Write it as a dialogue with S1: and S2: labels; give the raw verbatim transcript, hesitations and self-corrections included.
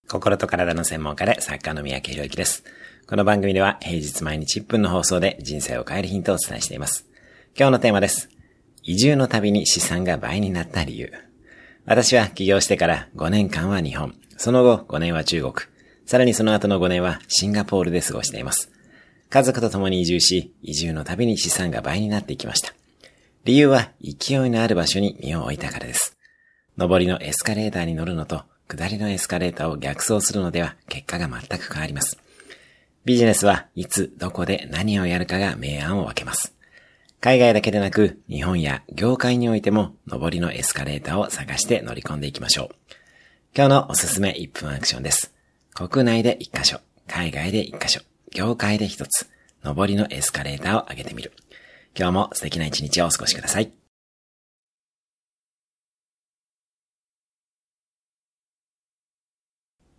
S1: 心と体の専門家で作家の三宅宏之です。この番組では平日毎日いっぷんの放送で人生を変えるヒントをお伝えしています。今日のテーマです。移住のたびに資産が倍になった理由。私は起業してからごねんかんは日本、その後ごねんは中国、さらにその後のごねんはシンガポールで過ごしています。家族と共に移住し、移住のたびに資産が倍になっていきました。理由は勢いのある場所に身を置いたからです。上りのエスカレーターに乗るのと、下りのエスカレーターを逆走するのでは結果が全く変わります。ビジネスはいつどこで何をやるかが明暗を分けます。海外だけでなく日本や業界においても上りのエスカレーターを探して乗り込んでいきましょう。今日のおすすめいっぷんアクションです。国内でいっかしょ、海外でいっかしょ、業界でひとつ、上りのエスカレーターを上げてみる。今日も素敵な一日をお過ごしください。